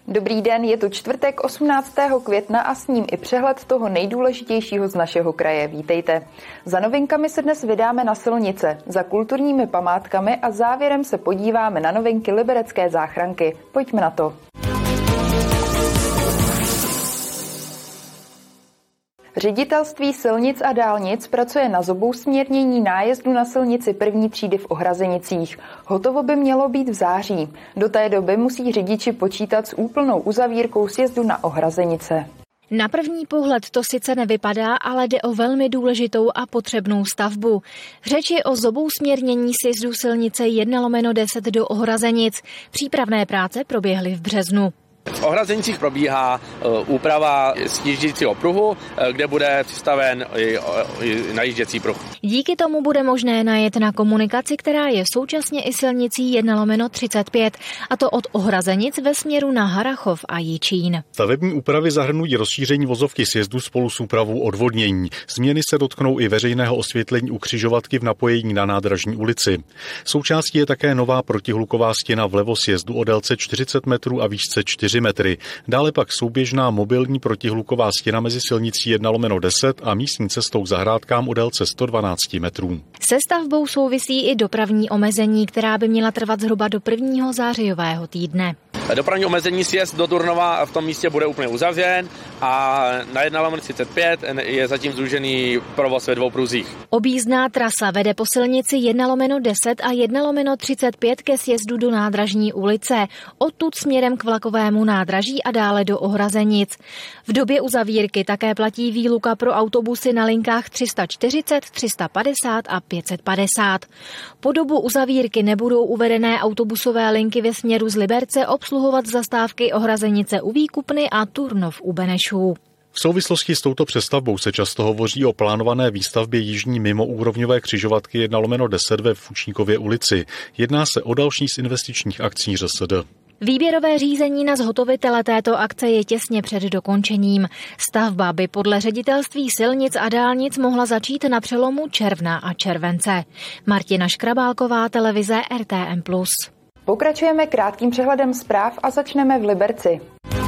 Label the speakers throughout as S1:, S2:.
S1: Dobrý den, je tu čtvrtek 18. května a s ním i přehled toho nejdůležitějšího z našeho kraje. Vítejte. Za novinkami se dnes vydáme na silnice, za kulturními památkami a závěrem se podíváme na novinky liberecké záchranky. Pojďme na to. Ředitelství silnic a dálnic pracuje na zobousměrnění nájezdu na silnici první třídy v Ohrazenicích. Hotovo by mělo být v září. Do té doby musí řidiči počítat s úplnou uzavírkou sjezdu na Ohrazenice.
S2: Na první pohled to sice nevypadá, ale jde o velmi důležitou a potřebnou stavbu. Řeč je o zobousměrnění sjezdu silnice 1/10 do Ohrazenic. Přípravné práce proběhly v březnu.
S3: V Ohrazenicích probíhá úprava sjíždějícího pruhu, kde bude přistaven najížděcí pruh.
S2: Díky tomu bude možné najet na komunikaci, která je současně i silnicí 1/35, a to od Ohrazenic ve směru na Harrachov a Jičín.
S4: Stavební úpravy zahrnují rozšíření vozovky sjezdu spolu s úpravou odvodnění. Změny se dotknou i veřejného osvětlení u křižovatky v napojení na Nádražní ulici. Součástí je také nová protihluková stěna vlevo sjezdu o délce 40 metrů a výšce 4 metry. Dále pak souběžná mobilní protihluková stěna mezi silnicí 1/10 a místní cestou k zahrádkám o délce 112 metrů.
S2: Se stavbou souvisí i dopravní omezení, která by měla trvat zhruba do 1. zářijového týdne.
S3: Dopravní omezení sjezd do Turnova v tom místě bude úplně uzavřen a na 1/35 je zatím zúžený provoz ve 2 pruzích.
S2: Objízdná trasa vede po silnici 1/10 a 1/35 ke sjezdu do Nádražní ulice, odtud směrem k vlakovému nádraží a dále do Ohrazenic. V době uzavírky také platí výluka pro autobusy na linkách 340, 350 a 550. Po dobu uzavírky nebudou uvedené autobusové linky ve směru z Liberce obsluhovat zastávky Ohrazenice u Výkupny a Turnov u Benešů.
S4: V souvislosti s touto přestavbou se často hovoří o plánované výstavbě jižní mimoúrovňové křižovatky 1/10 ve Fučníkově ulici. Jedná se o další z investičních akcí ŘSD.
S2: Výběrové řízení na zhotovitele této akce je těsně před dokončením. Stavba by podle Ředitelství silnic a dálnic mohla začít na přelomu června a července. Martina Škrabálková, televize RTM+.
S1: Pokračujeme krátkým přehledem zpráv a začneme v Liberci.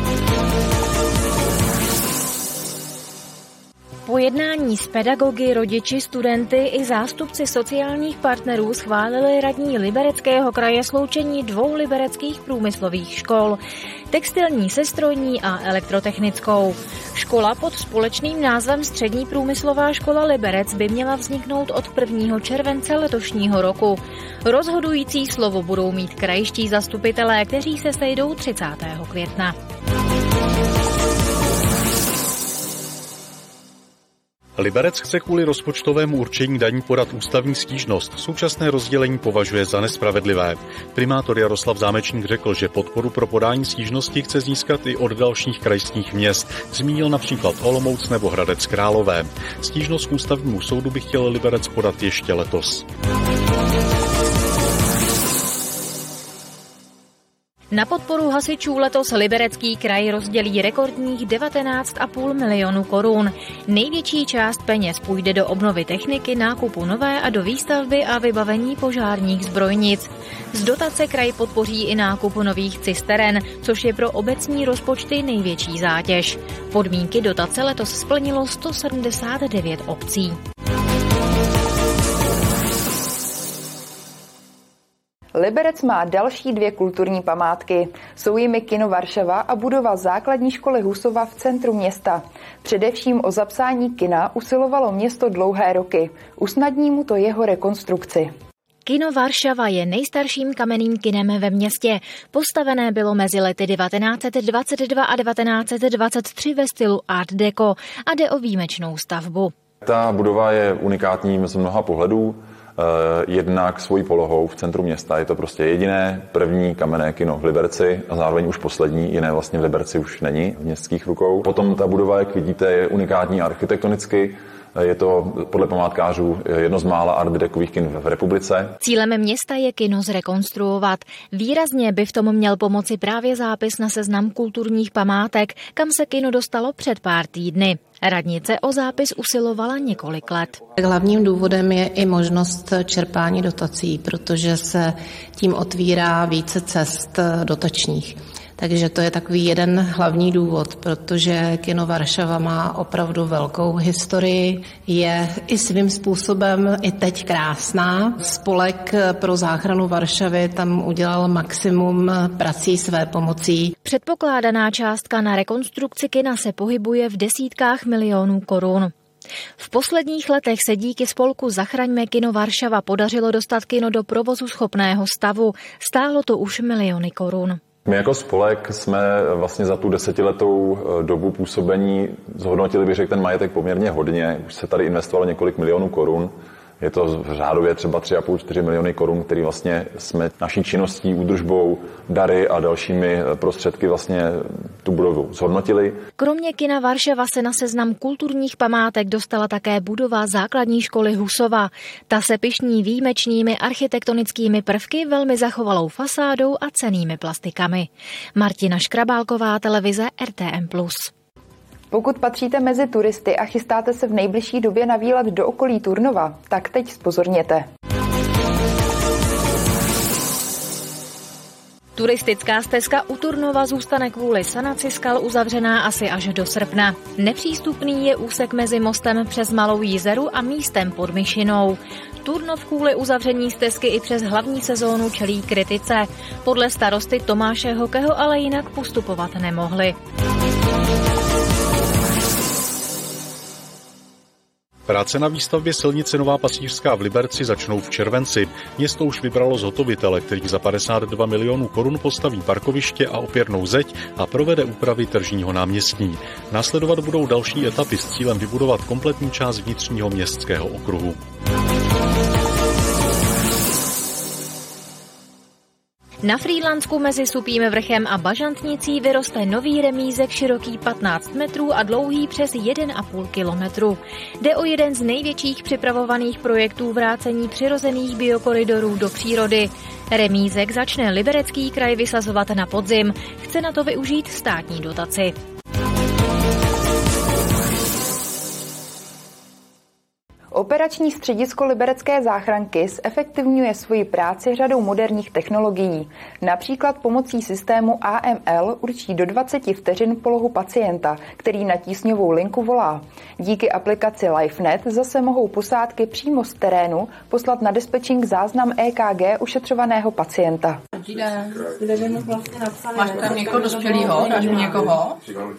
S2: Po jednání s pedagogy, rodiči, studenty i zástupci sociálních partnerů schválili radní Libereckého kraje sloučení 2 libereckých průmyslových škol, textilní, sestrojní a elektrotechnickou. Škola pod společným názvem Střední průmyslová škola Liberec by měla vzniknout od 1. července letošního roku. Rozhodující slovo budou mít krajští zastupitelé, kteří se sejdou 30. května.
S4: Liberec chce kvůli rozpočtovému určení daní podat ústavní stížnost. Současné rozdělení považuje za nespravedlivé. Primátor Jaroslav Zámečník řekl, že podporu pro podání stížnosti chce získat i od dalších krajských měst. Zmínil například Olomouc nebo Hradec Králové. Stížnost k ústavnímu soudu by chtěl Liberec podat ještě letos.
S2: Na podporu hasičů letos Liberecký kraj rozdělí rekordních 19,5 milionu korun. Největší část peněz půjde do obnovy techniky, nákupu nové a do výstavby a vybavení požárních zbrojnic. Z dotace kraj podpoří i nákup nových cisteren, což je pro obecní rozpočty největší zátěž. Podmínky dotace letos splnilo 179 obcí.
S1: Liberec má další 2 kulturní památky. Jsou jimi kino Varšava a budova základní školy Husova v centru města. Především o zapsání kina usilovalo město dlouhé roky. Usnadní mu to jeho rekonstrukci.
S2: Kino Varšava je nejstarším kamenným kinem ve městě. Postavené bylo mezi lety 1922 a 1923 ve stylu Art Deco a jde o výjimečnou stavbu.
S5: Ta budova je unikátní z mnoha pohledů. Jednak svojí polohou v centru města. Je to prostě jediné první kamenné kino v Liberci a zároveň už poslední, jiné vlastně v Liberci už není v městských rukou. Potom ta budova, jak vidíte, je unikátní architektonicky. Je to podle památkářů jedno z mála art decových kin v republice.
S2: Cílem města je kino zrekonstruovat. Výrazně by v tom měl pomoci právě zápis na seznam kulturních památek, kam se kino dostalo před pár týdny. Radnice o zápis usilovala několik let.
S6: Hlavním důvodem je i možnost čerpání dotací, protože se tím otvírá více cest dotačních. Takže to je takový jeden hlavní důvod, protože kino Varšava má opravdu velkou historii, je i svým způsobem i teď krásná. Spolek pro záchranu Varšavy tam udělal maximum prací své pomocí.
S2: Předpokládaná částka na rekonstrukci kina se pohybuje v desítkách milionů korun. V posledních letech se díky spolku Zachraňme kino Varšava podařilo dostat kino do provozu schopného stavu. Stálo to už miliony korun.
S5: My jako spolek jsme vlastně za tu 10letou dobu působení zhodnotili, bych řekl, ten majetek poměrně hodně. Už se tady investovalo několik milionů korun. Je to v řádově třeba 3,5–4 miliony korun, který vlastně jsme naší činností, údržbou, dary a dalšími prostředky vlastně tu budovu zhodnotili.
S2: Kromě kina Varšava se na seznam kulturních památek dostala také budova základní školy Husova. Ta se pyšní výjimečnými architektonickými prvky, velmi zachovalou fasádou a cennými plastikami. Martina Škrabálková, televize RTM+.
S1: Pokud patříte mezi turisty a chystáte se v nejbližší době na výlet do okolí Turnova, tak teď zpozorněte.
S2: Turistická stezka u Turnova zůstane kvůli sanaci skal uzavřená asi až do srpna. Nepřístupný je úsek mezi mostem přes Malou Jizeru a místem pod Myšinou. Turnov kvůli uzavření stezky i přes hlavní sezónu čelí kritice. Podle starosty Tomáše Hokeho ale jinak postupovat nemohli.
S4: Práce na výstavbě silnice Nová Pasířská v Liberci začnou v červenci. Město už vybralo zhotovitele, který za 52 milionů korun postaví parkoviště a opěrnou zeď a provede úpravy tržního náměstí. Následovat budou další etapy s cílem vybudovat kompletní část vnitřního městského okruhu.
S2: Na Frýdlansku mezi Supím vrchem a Bažantnicí vyroste nový remízek široký 15 metrů a dlouhý přes 1,5 kilometru. Jde o jeden z největších připravovaných projektů vrácení přirozených biokoridorů do přírody. Remízek začne Liberecký kraj vysazovat na podzim. Chce na to využít státní dotaci.
S1: Operační středisko Liberecké záchranky zefektivňuje svoji práci řadou moderních technologií. Například pomocí systému AML určí do 20 vteřin polohu pacienta, který na tísňovou linku volá. Díky aplikaci LifeNet zase mohou posádky přímo z terénu poslat na dispečing záznam EKG ušetřovaného pacienta.
S7: Máš tam někoho dospělého? Dáš mi někoho?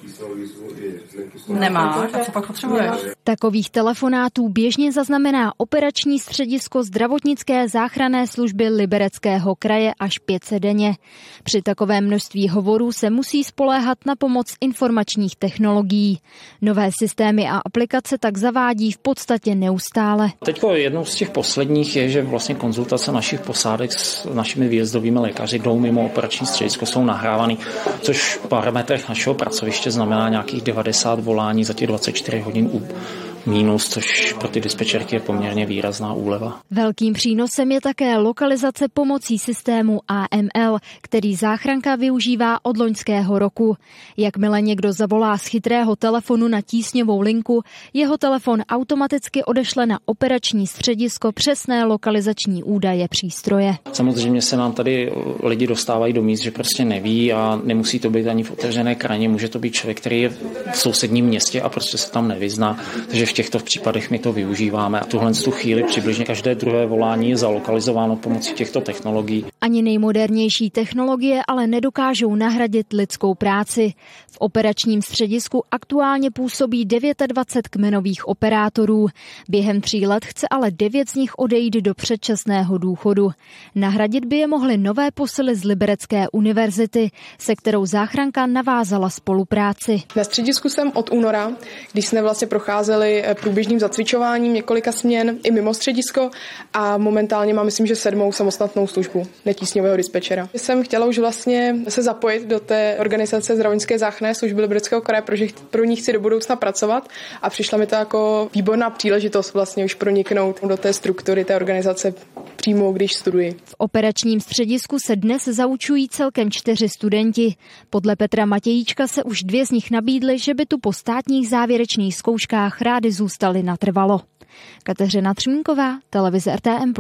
S7: Nemáš? A co pak potřebuješ?
S2: Takových telefonátů běžně zaznamená operační středisko zdravotnické záchranné služby Libereckého kraje až 500 denně. Při takovém množství hovorů se musí spoléhat na pomoc informačních technologií. Nové systémy a aplikace tak zavádí v podstatě neustále.
S8: Teď jednou z těch posledních je, že vlastně konzultace našich posádek s našimi výjezdovými lékaři jdou mimo operační středisko, jsou nahrávány, což v parametrech našeho pracoviště znamená nějakých 90 volání za těch 24 hodin mínus, což pro ty dispečerky je poměrně výrazná úleva.
S2: Velkým přínosem je také lokalizace pomocí systému AML, který záchranka využívá od loňského roku. Jakmile někdo zavolá z chytrého telefonu na tísňovou linku, jeho telefon automaticky odešle na operační středisko přesné lokalizační údaje přístroje.
S8: Samozřejmě se nám tady lidi dostávají do míst, že prostě neví a nemusí to být ani v otevřené krajině, může to být člověk, který je v sousedním městě a prostě se tam nevyzná. Takže v těchto případech my to využíváme a tuhle chvíli přibližně každé druhé volání je zalokalizováno pomocí těchto technologií.
S2: Ani nejmodernější technologie ale nedokážou nahradit lidskou práci. V operačním středisku aktuálně působí 29 kmenových operátorů. Během 3 let chce ale 9 z nich odejít do předčasného důchodu. Nahradit by je mohly nové posily z Liberecké univerzity, se kterou záchranka navázala spolupráci.
S9: Na středisku jsem od února, když jsme vlastně procházeli průběžným zacvičováním několika směn i mimo středisko a momentálně mám, myslím, že 7. samostatnou službu netísňového dispečera. Jsem chtěla už vlastně se zapojit do té organizace zdravotnické záchranné služby Libereckého kraje, protože pro ní chci do budoucna pracovat a přišla mi to jako výborná příležitost vlastně už proniknout do té struktury té organizace přímo, když studuji.
S2: V operačním středisku se dnes zaučují celkem 4 studenti. Podle Petra Matějíčka se už 2 z nich nabídly, že by tu po státních závěrečných zkouškách rádi zůstali natrvalo. Kateřina Třmínková, televize RTM+.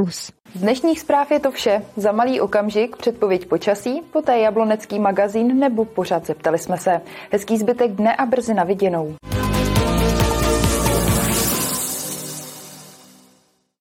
S1: Z dnešních zpráv je to vše. Za malý okamžik předpověď počasí, poté Jablonecký magazín nebo pořad Zeptali jsme se. Hezký zbytek dne a brzy na viděnou.